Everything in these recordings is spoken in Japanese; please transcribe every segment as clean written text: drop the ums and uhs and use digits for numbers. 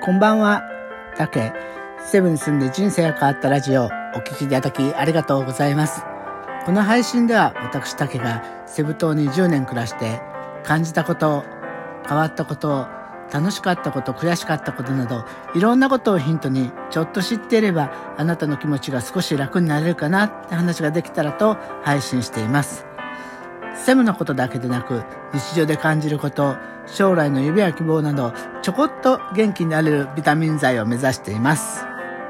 こんばんは、たけ。セブンに住んで人生が変わったラジオ、お聞きいただきありがとうございます。この配信では私たけがセブ島に10年暮らして感じたこと、変わったこと、楽しかったこと、悔しかったことなど、いろんなことをヒントにちょっと知っていればあなたの気持ちが少し楽になれるかなって話ができたらと配信しています。セブのことだけでなく、日常で感じること、将来の夢や希望など、ちょこっと元気になれるビタミン剤を目指しています。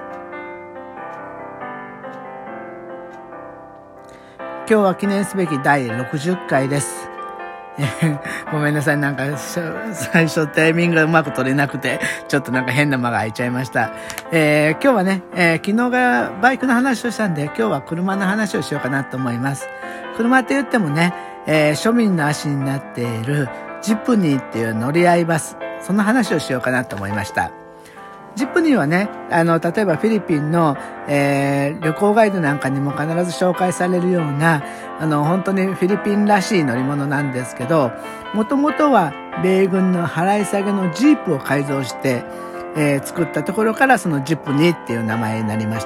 今日は記念すべき第60回です。ごめんなさい、なんか最初タイミングがうまく取れなくて、ちょっとなんか変な間が空いちゃいました。今日はね、昨日がバイクの話をしたんで、今日は車の話をしようかなと思います。車って言ってもね、庶民の足になっているジプニーっていう乗り合いバス、その話をしようかなと思いました。ジプニーはね、例えばフィリピンの、旅行ガイドなんかにも必ず紹介されるような、本当にフィリピンらしい乗り物なんですけど、もともとは米軍の払い下げのジープを改造して、作ったところからそのジプニーっていう名前になりました。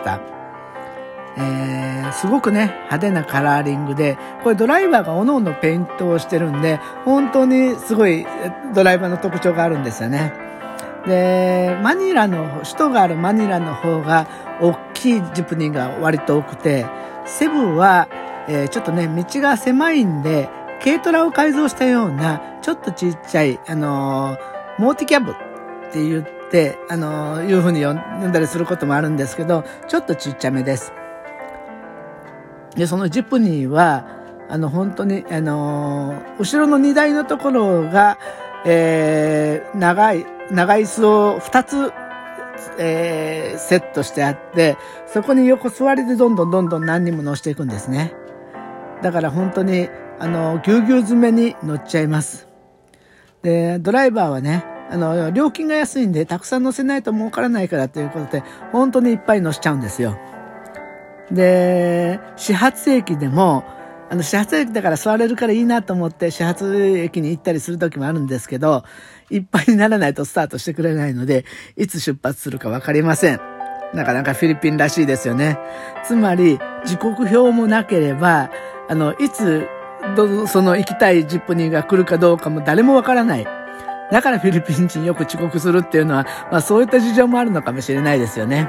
すごくね、派手なカラーリングで、これドライバーがおのおのペイントをしてるんで、本当にすごいドライバーの特徴があるんですよね。で、首都があるマニラの方が大きいジプニーが割と多くて、セブは、ちょっとね、道が狭いんで、軽トラを改造したような、ちょっとちっちゃい、モーティキャブって言って、いう風に呼んだりすることもあるんですけど、ちょっとちっちゃめです。で、そのジプニーは、本当に、後ろの荷台のところが、長い椅子を2つ、セットしてあって、そこに横座りでどんどん何人も乗していくんですね。だから本当に、ぎゅうぎゅう詰めに乗っちゃいます。で、ドライバーはね、料金が安いんで、たくさん乗せないと儲からないからということで、本当にいっぱい乗せちゃうんですよ。で、始発駅でも、始発駅だから座れるからいいなと思って始発駅に行ったりする時もあるんですけど、いっぱいにならないとスタートしてくれないので、いつ出発するかわかりません。なかなかフィリピンらしいですよね。つまり、時刻表もなければ、いつ、その行きたいジプニーが来るかどうかも誰もわからない。だからフィリピン人よく遅刻するっていうのは、そういった事情もあるのかもしれないですよね。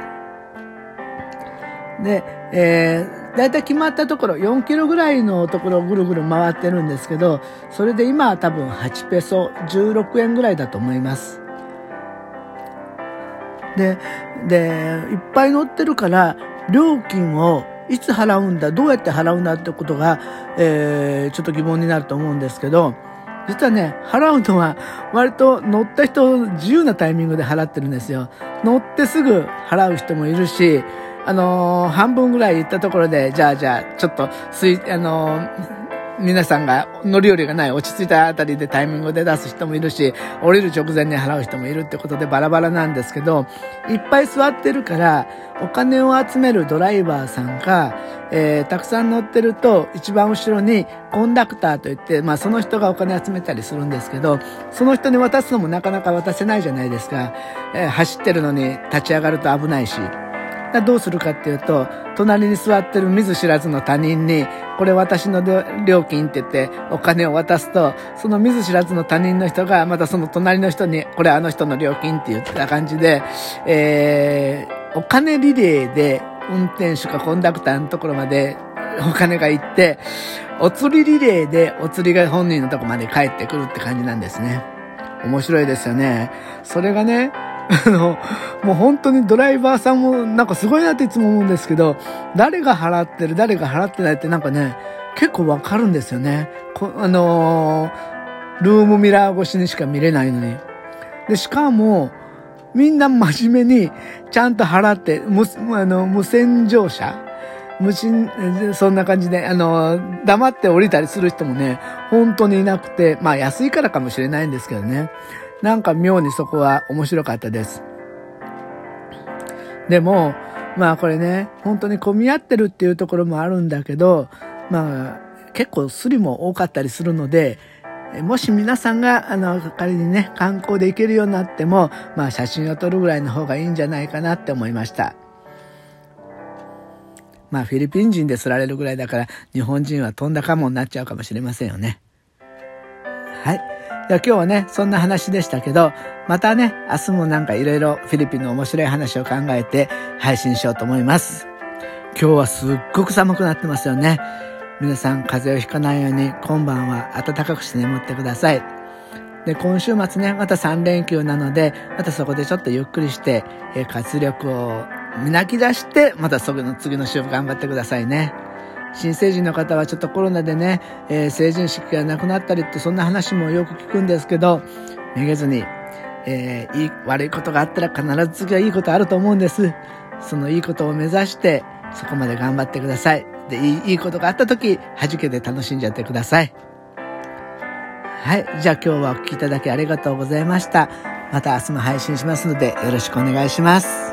で、だいたい決まったところ、4キロぐらいのところをぐるぐる回ってるんですけど、それで今は多分8ペソ、16円ぐらいだと思います。で、いっぱい乗ってるから、料金をいつ払うんだ、どうやって払うんだってことが、ちょっと疑問になると思うんですけど、実はね、払うのは割と乗った人自由なタイミングで払ってるんですよ。乗ってすぐ払う人もいるし、半分ぐらい行ったところで、じゃあ、ちょっと、皆さんが乗り降りがない落ち着いたあたりでタイミングで出す人もいるし、降りる直前に払う人もいるってことでバラバラなんですけど、いっぱい座ってるから、お金を集めるドライバーさんが、たくさん乗ってると、一番後ろにコンダクターといって、その人がお金集めたりするんですけど、その人に渡すのもなかなか渡せないじゃないですか。走ってるのに立ち上がると危ないし。どうするかっていうと、隣に座ってる見ず知らずの他人に、これ私の料金って言ってお金を渡すと、その見ず知らずの他人の人がまたその隣の人に、これあの人の料金って言った感じで、お金リレーで運転手かコンダクターのところまでお金が行って、お釣りリレーでお釣りが本人のところまで帰ってくるって感じなんですね。面白いですよね。それがね、もう本当にドライバーさんもなんかすごいなっていつも思うんですけど、誰が払ってる、誰が払ってないってなんかね、結構わかるんですよね。ルームミラー越しにしか見れないのに。で、しかも、みんな真面目にちゃんと払って、無線乗車そんな感じで、黙って降りたりする人もね、本当にいなくて、安いからかもしれないんですけどね。なんか妙にそこは面白かったです。でも、これね、本当に混み合ってるっていうところもあるんだけど、結構スリも多かったりするので、 もし皆さんが、仮にね、観光で行けるようになっても、写真を撮るぐらいの方がいいんじゃないかなって思いました。フィリピン人で釣られるぐらいだから、日本人はとんだかもになっちゃうかもしれませんよね。はい。では今日はね、そんな話でしたけど、またね、明日もなんかいろいろフィリピンの面白い話を考えて配信しようと思います。今日はすっごく寒くなってますよね。皆さん風邪をひかないように今晩は暖かくして眠ってください。で、今週末ね、また3連休なので、またそこでちょっとゆっくりして、活力を磨き出して、またその次の週頑張ってくださいね。新成人の方はちょっとコロナでね、成人式がなくなったりってそんな話もよく聞くんですけど、めげずに、悪いことがあったら必ず次はいいことあると思うんです。そのいいことを目指してそこまで頑張ってください。で、いいことがあった時、弾けて楽しんじゃってください。はい。じゃあ今日はお聞きいただきありがとうございました。また明日も配信しますのでよろしくお願いします。